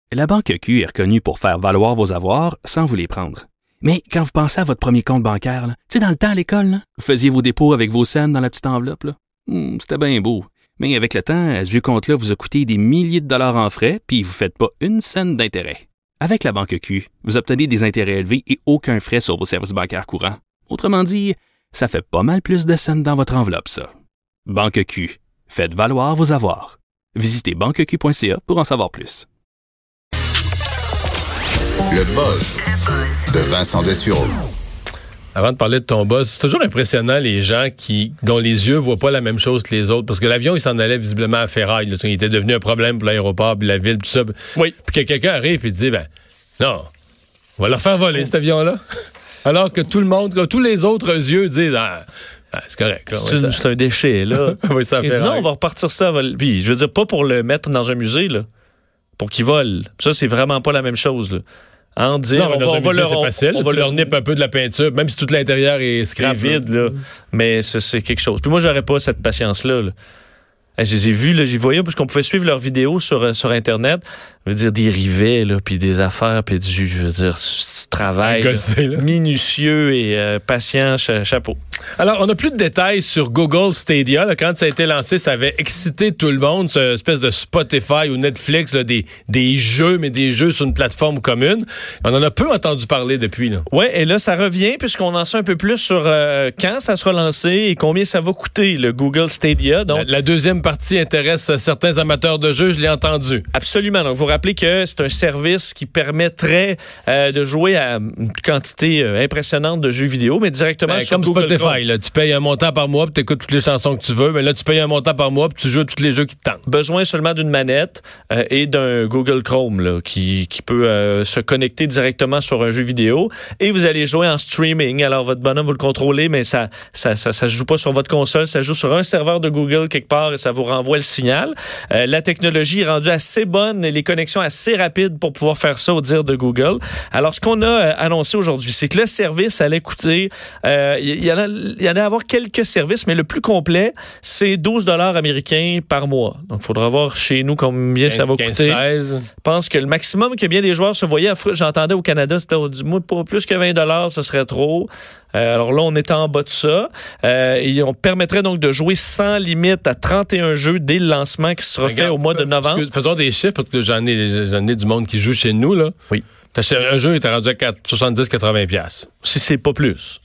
La Banque Q est reconnue pour faire valoir vos avoirs sans vous les prendre. Mais quand vous pensez à votre premier compte bancaire, tu sais, dans le temps à l'école, là, vous faisiez vos dépôts avec vos scènes dans la petite enveloppe. Là. C'était bien beau. Mais avec le temps, ce vieux compte-là vous a coûté des milliers de dollars en frais, puis vous ne faites pas une scène d'intérêt. Avec la Banque Q, vous obtenez des intérêts élevés et aucun frais sur vos services bancaires courants. Autrement dit, ça fait pas mal plus de scènes dans votre enveloppe, ça. Banque Q. Faites valoir vos avoirs. Visitez banqueq.ca pour en savoir plus. Le buzz de Vincent Dessureau. Avant de parler de ton buzz, c'est toujours impressionnant les gens dont les yeux voient pas la même chose que les autres. Parce que l'avion, il s'en allait visiblement à ferraille. Là, il était devenu un problème pour l'aéroport, puis la ville, tout ça. Oui. Puis que quelqu'un arrive et dit, non, on va leur faire voler cet avion-là. Alors que tout le monde, tous les autres yeux disent, c'est correct. Là, c'est un déchet, là. Oui, ça fait. Non, on va repartir ça. Puis, je veux dire, pas pour le mettre dans un musée, là. Pour qu'il vole. Ça, c'est vraiment pas la même chose, là. En dire, non, on va leur nipper un peu de la peinture, même si tout l'intérieur est scrap. Vide, là. Mais c'est quelque chose. Puis moi, j'aurais pas cette patience-là, là. Je les ai vus, là, j'y voyais, parce qu'on pouvait suivre leurs vidéos sur Internet. Je veux dire, des rivets, là, puis des affaires, puis je veux dire, du travail là, minutieux et patient, chapeau. Alors, on n'a plus de détails sur Google Stadia. Là, quand ça a été lancé, ça avait excité tout le monde, cette espèce de Spotify ou Netflix, là, des jeux, mais des jeux sur une plateforme commune. On en a peu entendu parler depuis. Oui, et là, ça revient, puisqu'on en sait un peu plus sur quand ça sera lancé et combien ça va coûter, le Google Stadia. Donc, la deuxième partie intéresse certains amateurs de jeux, je l'ai entendu. Absolument. Donc, vous rappelez que c'est un service qui permettrait de jouer à une quantité impressionnante de jeux vidéo, mais directement sur comme Google Spotify. Chrome. Là, tu payes un montant par mois, puis tu écoutes toutes les chansons que tu veux, mais là, tu payes un montant par mois, puis tu joues à tous les jeux qui te tentent. Besoin seulement d'une manette et d'un Google Chrome là, qui peut se connecter directement sur un jeu vidéo. Et vous allez jouer en streaming. Alors, votre bonhomme, vous le contrôlez, mais ça se joue pas sur votre console, ça joue sur un serveur de Google quelque part et ça vous renvoie le signal. La technologie est rendue assez bonne et les connexions assez rapides pour pouvoir faire ça au dire de Google. Alors, ce qu'on a annoncé aujourd'hui, c'est que le service allait coûter... Il y en a à avoir quelques services, mais le plus complet, c'est 12 $ américains par mois. Donc, il faudra voir chez nous combien 15, ça va coûter. 16. Je pense que le maximum que bien des joueurs se voyaient, j'entendais au Canada, c'était pas plus que 20 $, ce serait trop. Alors là, on est en bas de ça. Et on permettrait donc de jouer sans limite à 31 jeux dès le lancement qui sera fait au mois de novembre. Faisons des chiffres, parce que j'en ai du monde qui joue chez nous, là. Oui. Un jeu, il était rendu à 70-80$. Si c'est pas plus.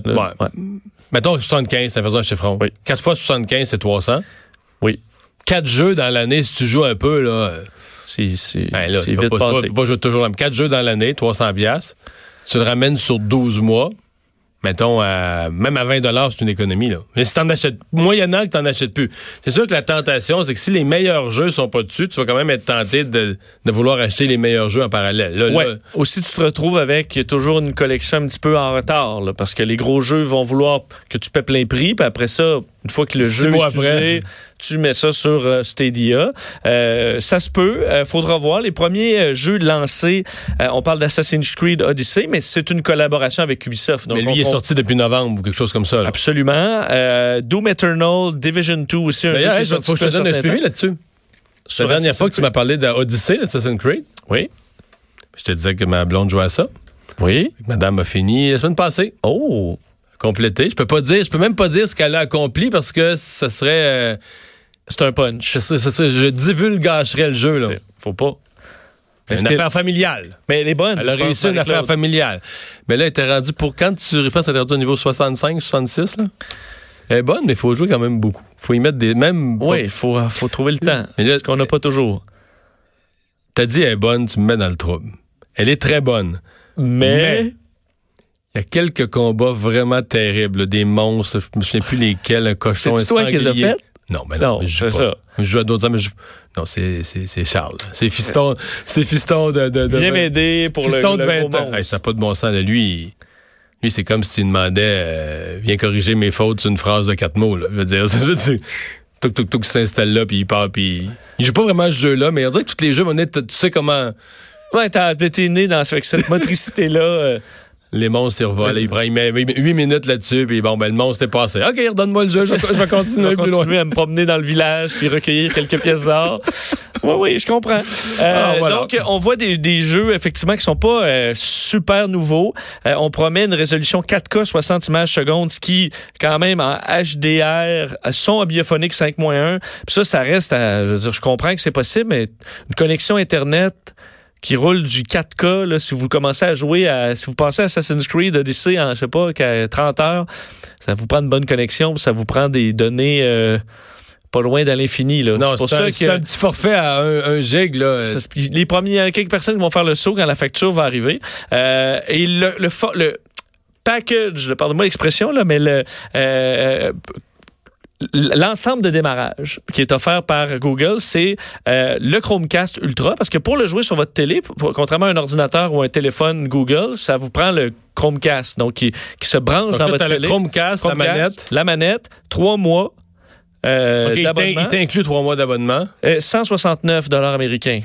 Mettons 75, ça faisait un chiffron. Oui. 4 fois 75, c'est 300. Oui. 4 jeux dans l'année, si tu joues un peu, là... C'est vite passé. Pas jouer toujours 4 jeux dans l'année, 300$. Tu le ramènes sur 12 mois. Mettons, même à 20$, c'est une économie, là. Mais si t'en achètes, moyennant que t'en achètes plus. C'est sûr que la tentation, c'est que si les meilleurs jeux sont pas dessus, tu vas quand même être tenté de vouloir acheter les meilleurs jeux en parallèle. Là. Aussi, tu te retrouves avec toujours une collection un petit peu en retard, là, parce que les gros jeux vont vouloir que tu paies plein prix, puis après ça, une fois que le jeu est utilisé, tu mets ça sur Stadia. Ça se peut. Faudra voir. Les premiers jeux lancés, on parle d'Assassin's Creed Odyssey, mais c'est une collaboration avec Ubisoft. Donc mais lui, il est sorti depuis novembre ou quelque chose comme ça. Là. Absolument. Doom Eternal, Division 2 aussi. D'ailleurs, il faut que je te donne un suivi là-dessus. La dernière fois que tu m'as parlé d'Odyssey, d'Assassin's Creed. Oui. Je te disais que ma blonde jouait à ça. Oui. Madame a fini la semaine passée. Oh! Complété. Je peux même pas dire ce qu'elle a accompli parce que ça serait... c'est un punch. Je divulgacherais le jeu, là. Faut pas. Une affaire familiale. Mais elle est bonne. Elle a réussi une affaire familiale. Mais là, elle était rendue pour... Quand tu repasses, elle était rendue au niveau 65, 66, là. Elle est bonne, mais il faut jouer quand même beaucoup. Il faut y mettre des... Oui, il faut trouver le temps. Mais là, ce qu'on n'a pas toujours. T'as dit elle est bonne, tu me mets dans le trouble. Elle est très bonne. Mais il y a quelques combats vraiment terribles, des monstres, je me souviens plus lesquels, un cochon, c'est toi qui les as fait? Non, mais non, je joue pas. Ça. Je joue à d'autres hommes, mais non, c'est Charles. C'est fiston de viens m'aider pour fiston de 20 ans. Hey, ça n'a pas de bon sens. Là. Lui, c'est comme si tu demandais viens corriger mes fautes sur une phrase de 4 mots. Là. Je veux dire, tout s'installe là, puis il part, puis il joue pas vraiment à ce jeu-là, mais on dirait que tous les jeux, tu sais comment... Ouais, t'es né avec cette motricité-là. Les monstres, ils revolent. Il met 8 minutes là-dessus, puis bon, le monstre est passé. OK, redonne-moi le jeu, je vais continuer plus loin. À me promener dans le village, puis recueillir quelques pièces d'or. Oui, je comprends. Voilà. Donc, on voit des jeux, effectivement, qui sont pas super nouveaux. On promet une résolution 4K, 60 images secondes, ce qui, quand même, en HDR, son biophonique 5.1. Puis ça reste je veux dire, je comprends que c'est possible, mais une connexion Internet qui roule du 4K, là, si vous commencez à jouer si vous passez à Assassin's Creed Odyssey en, je sais pas, 30 heures, ça vous prend une bonne connexion, ça vous prend des données pas loin de l'infini. Là. Non, c'est un petit forfait à 1 gig. Là. Il y a quelques personnes qui vont faire le saut quand la facture va arriver. Et le package, pardonnez-moi l'expression, là, mais l'ensemble de démarrage qui est offert par Google, c'est le Chromecast Ultra, parce que pour le jouer sur votre télé, contrairement à un ordinateur ou un téléphone Google, ça vous prend le Chromecast, donc qui se branche dans votre télé. Le Chromecast, la manette, 3 mois d'abonnement. Il t'inclut 3 mois d'abonnement. 169 $ américains.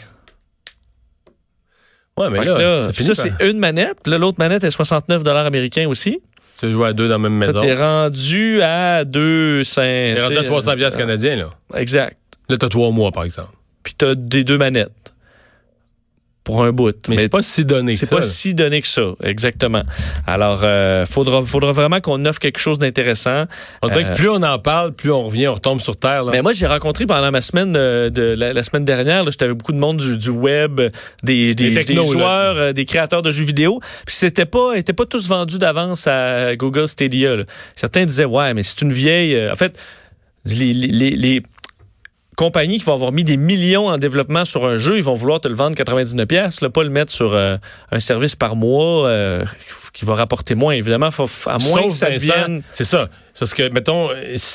Ouais, mais là c'est fini. Ça, c'est une manette. Là, l'autre manette est 69 $ américains aussi. Tu veux jouer à 2 dans la même maison. T'es rendu à 200. T'es rendu à 300 $ canadiens, là. Exact. Là, t'as 3 mois, par exemple. Puis t'as des 2 manettes. Pour un bout. Mais c'est pas si donné que ça. C'est pas si donné que ça, exactement. Alors, faudra vraiment qu'on offre quelque chose d'intéressant. On dirait que plus on en parle, plus on revient, on retombe sur terre. Là. Mais moi, j'ai rencontré pendant ma semaine la semaine dernière, là, j'étais avec beaucoup de monde du web, des joueurs, des créateurs de jeux vidéo. Puis c'était pas tous vendus d'avance à Google Stadia. Là. Certains disaient, ouais, mais c'est une vieille... en fait, les compagnies qui vont avoir mis des millions en développement sur un jeu, ils vont vouloir te le vendre 99$, là, pas le mettre sur un service par mois qui va rapporter moins. Évidemment, à moins que ça devienne... C'est ça. Parce que, mettons,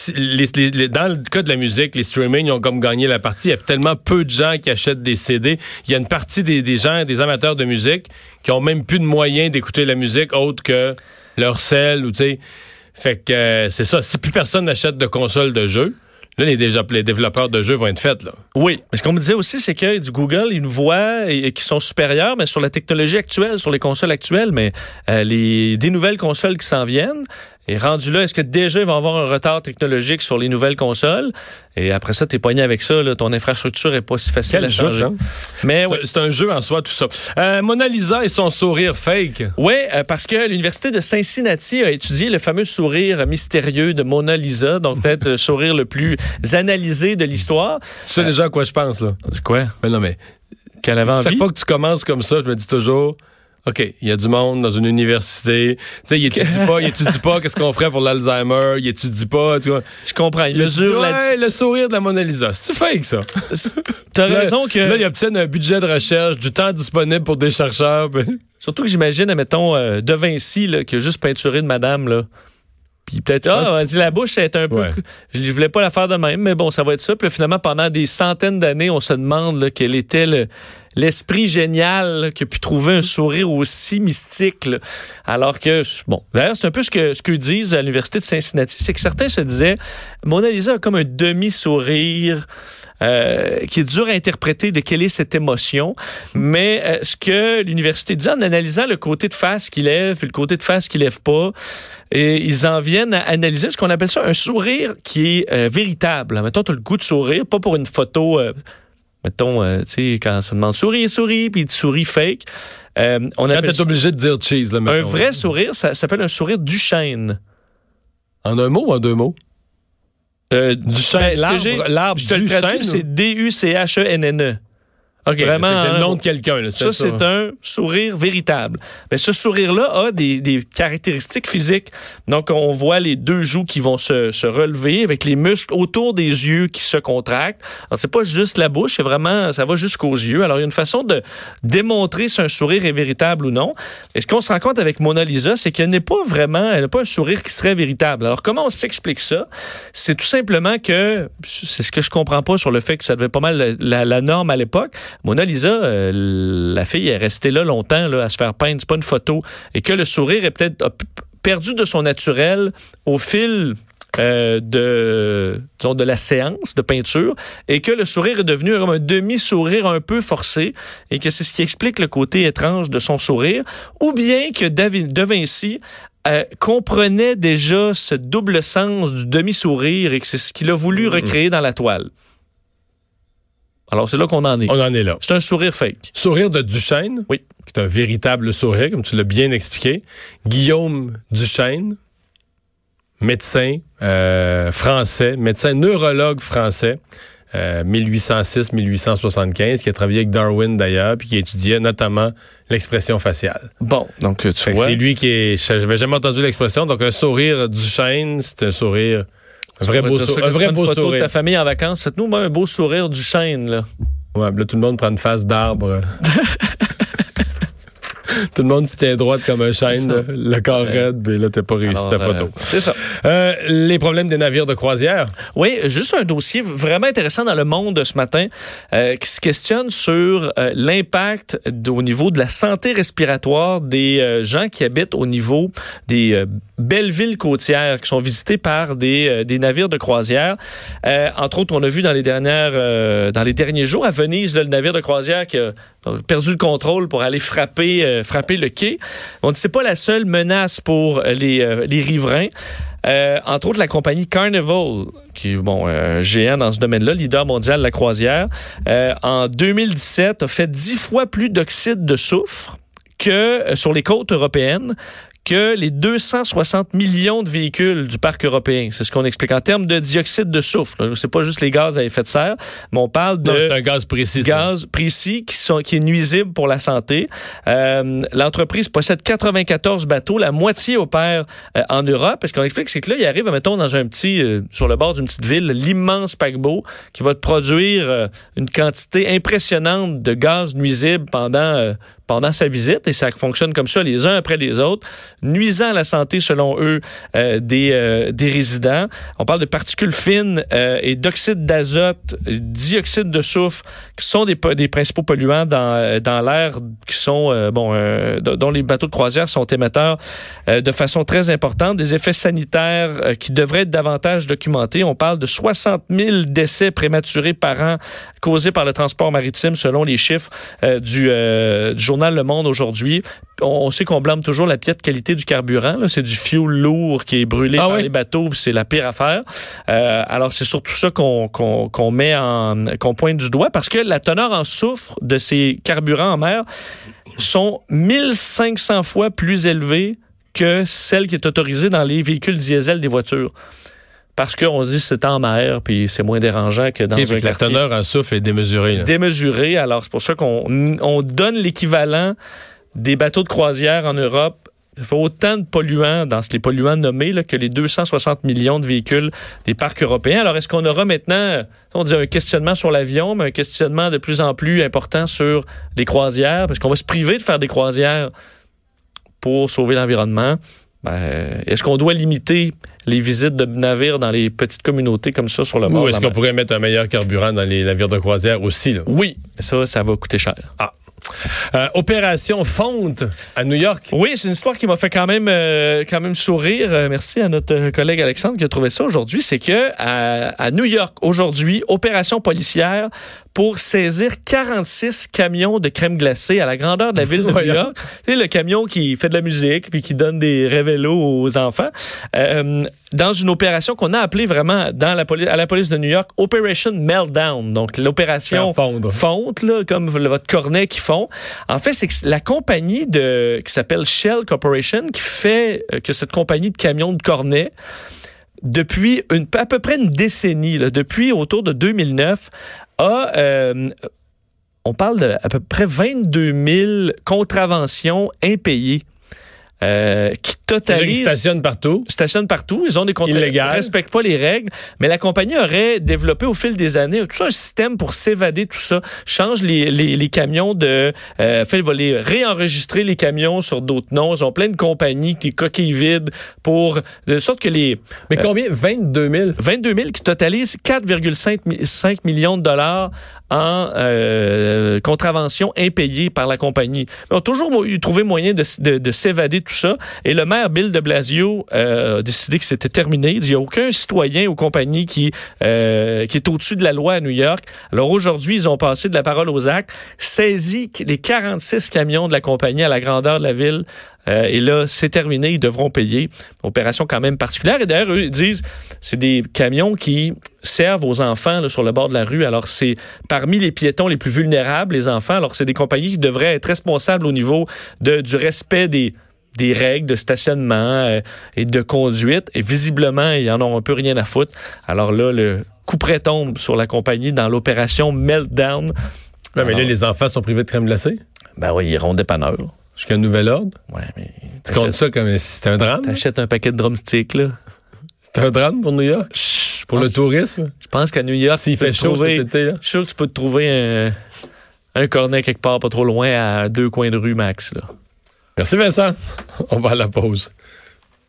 dans le cas de la musique, les streaming, ils ont comme gagné la partie. Il y a tellement peu de gens qui achètent des CD. Il y a une partie des gens, des amateurs de musique, qui ont même plus de moyens d'écouter la musique autre que leur cell ou, tu sais. Fait que c'est ça. Si plus personne n'achète de console de jeu, là, les développeurs de jeux vont être faits, là. Oui. Mais ce qu'on me disait aussi, c'est que du Google, ils nous voient et qui sont supérieurs, mais sur la technologie actuelle, sur les consoles actuelles, mais des nouvelles consoles qui s'en viennent. Et rendu là, est-ce que déjà, ils vont avoir un retard technologique sur les nouvelles consoles? Et après ça, t'es pogné avec ça, là, ton infrastructure est pas si facile à changer. Hein? Mais c'est un jeu en soi, tout ça. Mona Lisa et son sourire fake. Oui, parce que l'Université de Cincinnati a étudié le fameux sourire mystérieux de Mona Lisa, donc peut-être le sourire le plus analysé de l'histoire. Tu sais déjà à quoi je pense, là? C'est quoi? Ben non, mais qu'elle avait envie. Chaque fois que tu commences comme ça, je me dis toujours... OK, il y a du monde dans une université. Tu sais, il étudie pas qu'est-ce qu'on ferait pour l'Alzheimer. Il étudie pas, tu vois. Je comprends. Il mesure le sourire de la Mona Lisa. C'est-tu fake, ça? T'as raison que... Là, il obtient un budget de recherche, du temps disponible pour des chercheurs. Surtout que j'imagine, admettons, De Vinci, là, qui a juste peinturé de madame, là. Puis peut-être, la bouche, c'est un peu... Ouais. Je voulais pas la faire de même, mais bon, ça va être ça. Puis là, finalement, pendant des centaines d'années, on se demande là, quel était l'esprit génial là, qui a pu trouver un sourire aussi mystique. Là. Alors que, bon, d'ailleurs, c'est un peu ce que disent à l'Université de Cincinnati, c'est que certains se disaient, Mona Lisa a comme un demi-sourire qui est dur à interpréter de quelle est cette émotion. Mais ce que l'université dit en analysant le côté de face qui lève et le côté de face qui lève pas, et ils en viennent à analyser ce qu'on appelle ça un sourire qui est véritable. Mettons, tu as le goût de sourire, pas pour une photo... mettons, tu sais, quand ça demande souris, puis tu souris fake. Quand t'es obligé de dire cheese, là, mettons. Un vrai sourire, ça s'appelle un sourire Duchesne. En un mot ou en 2 mots? Duchesne, l'arbre je te le traduis, c'est D-U-C-H-E-N-N-E. OK, vraiment, c'est le nom de quelqu'un. Là, ça, c'est un sourire véritable. Mais ce sourire-là a des caractéristiques physiques. Donc, on voit les 2 joues qui vont se relever avec les muscles autour des yeux qui se contractent. Alors, c'est pas juste la bouche, c'est vraiment, ça va jusqu'aux yeux. Alors, il y a une façon de démontrer si un sourire est véritable ou non. Et ce qu'on se rend compte avec Mona Lisa, c'est qu'elle n'a pas un sourire qui serait véritable. Alors, comment on s'explique ça? C'est tout simplement que, c'est ce que je comprends pas sur le fait que ça devait pas mal la norme à l'époque. Mona Lisa, la fille est restée là longtemps là, à se faire peindre, c'est pas une photo, et que le sourire est peut-être perdu de son naturel au fil de la séance de peinture et que le sourire est devenu comme un demi-sourire un peu forcé et que c'est ce qui explique le côté étrange de son sourire, ou bien que De Vinci comprenait déjà ce double sens du demi-sourire et que c'est ce qu'il a voulu recréer dans la toile. Alors, c'est là qu'on en est. On en est là. C'est un sourire fake. Sourire de Duchesne, oui, qui est un véritable sourire, comme tu l'as bien expliqué. Guillaume Duchesne, médecin français, médecin neurologue français, 1806-1875, qui a travaillé avec Darwin d'ailleurs, puis qui étudiait notamment l'expression faciale. Bon, donc tu vois. C'est lui qui est... J'avais jamais entendu l'expression, donc un sourire Duchesne, c'est un sourire... Un vrai beau sourire. Un vrai beau sourire. Photo de ta famille en vacances, faites-nous moi, un beau sourire Duchesne, là. Ouais, là, tout le monde prend une face d'arbre. Tout le monde se tient droite comme un chêne, le corps raide, puis là, t'as pas réussi ta photo. C'est ça. Les problèmes des navires de croisière. Oui, juste un dossier vraiment intéressant dans Le Monde ce matin qui se questionne sur l'impact au niveau de la santé respiratoire des gens qui habitent au niveau des belles villes côtières qui sont visitées par des navires de croisière. Entre autres, on a vu dans les derniers jours à Venise, là, le navire de croisière qui a perdu le contrôle pour aller frapper le quai. On dit que c'est pas la seule menace pour les riverains. Entre autres, la compagnie Carnival, qui est géant dans ce domaine-là, leader mondial de la croisière, en 2017 a fait 10 fois plus d'oxyde de soufre que sur les côtes européennes que les 260 millions de véhicules du parc européen. C'est ce qu'on explique en termes de dioxyde de soufre. Là, c'est pas juste les gaz à effet de serre, mais on parle de... Non, c'est un gaz précis. Gaz précis qui est nuisible pour la santé. L'entreprise possède 94 bateaux. La moitié opère en Europe. Ce qu'on explique, c'est que là, il arrive, mettons, dans un petit... sur le bord d'une petite ville, l'immense paquebot qui va te produire une quantité impressionnante de gaz nuisible pendant sa visite, et ça fonctionne comme ça, les uns après les autres, nuisant à la santé, selon eux, des résidents. On parle de particules fines et d'oxyde d'azote, dioxyde de soufre, qui sont des principaux polluants dans l'air, qui sont dont les bateaux de croisière sont émetteurs de façon très importante. Des effets sanitaires qui devraient être davantage documentés. On parle de 60 000 décès prématurés par an causés par le transport maritime, selon les chiffres du journal Le Monde aujourd'hui. On sait qu'on blâme toujours la piètre qualité du carburant. Là. C'est du fuel lourd qui est brûlé par les bateaux, puis c'est la pire affaire. Alors, c'est surtout ça qu'on pointe du doigt, parce que la teneur en soufre de ces carburants en mer sont 1500 fois plus élevées que celle qui est autorisée dans les véhicules diesel des voitures. Parce qu'on se dit que c'est en mer, puis c'est moins dérangeant que dans un quartier. La teneur en soufre est démesurée. Là. Démesurée. Alors, c'est pour ça qu'on donne l'équivalent des bateaux de croisière en Europe. Il faut autant de polluants, dans les polluants nommés, là, que les 260 millions de véhicules des parcs européens. Alors, est-ce qu'on aura maintenant, on dit un questionnement sur l'avion, mais un questionnement de plus en plus important sur les croisières? Parce qu'on va se priver de faire des croisières pour sauver l'environnement. Est-ce qu'on doit limiter les visites de navires dans les petites communautés comme ça sur le bord? Ou est-ce qu'on pourrait mettre un meilleur carburant dans les navires de croisière aussi? Là? Oui, ça va coûter cher. Ah. Opération Fonte à New York. Oui, c'est une histoire qui m'a fait quand même sourire. Merci à notre collègue Alexandre qui a trouvé ça aujourd'hui. C'est que à New York, aujourd'hui, opération policière pour saisir 46 camions de crème glacée à la grandeur de la ville de New York. C'est le camion qui fait de la musique puis qui donne des révélos aux enfants. Dans une opération qu'on a appelée vraiment à la police de New York, Operation Meltdown. Donc, l'opération fonte, là, comme votre cornet qui fond. En fait, c'est que la compagnie qui s'appelle Shell Corporation, qui fait que cette compagnie de camions de cornet, depuis à peu près une décennie, là, depuis autour de 2009, on parle de à peu près 22 000 contraventions impayées. Qui totalisent... Ils stationnent partout. Ils ont des contrats. Ils ne respectent pas les règles. Mais la compagnie aurait développé au fil des années tout un système pour s'évader tout ça. Change les camions il va les réenregistrer les camions sur d'autres noms. Ils ont plein de compagnies qui coquilles vides de sorte que les... Mais combien? 22 000? 22 000 qui totalisent 4,5 millions de dollars en contraventions impayées par la compagnie. Ils ont toujours trouvé moyen de s'évader tout tout ça. Et le maire Bill de Blasio a décidé que c'était terminé. Il dit, il n'y a aucun citoyen ou compagnie qui est au-dessus de la loi à New York. Alors aujourd'hui, ils ont passé de la parole aux actes, saisi les 46 camions de la compagnie à la grandeur de la ville. Et là, c'est terminé, ils devront payer. Opération quand même particulière. Et d'ailleurs, eux, ils disent, c'est des camions qui servent aux enfants là, sur le bord de la rue. Alors, c'est parmi les piétons les plus vulnérables, les enfants. Alors, c'est des compagnies qui devraient être responsables au niveau du respect des règles de stationnement et de conduite. Et visiblement, ils en ont un peu rien à foutre. Alors là, le coup près tombe sur la compagnie dans l'opération Meltdown. Non, mais là, les enfants sont privés de crème glacée? Ben oui, ils iront dépanneur. Jusqu'à un nouvel ordre? Ouais, mais tu comptes ça comme si c'est un drame? T'achètes un paquet de drumsticks, là. C'est un drame pour New York? Pour le tourisme? Je pense qu'à New York, s'il fait chaud cet été, là. Je suis sûr que tu peux te trouver un cornet quelque part pas trop loin à 2 coins de rue max, là. Merci Vincent. On va à la pause.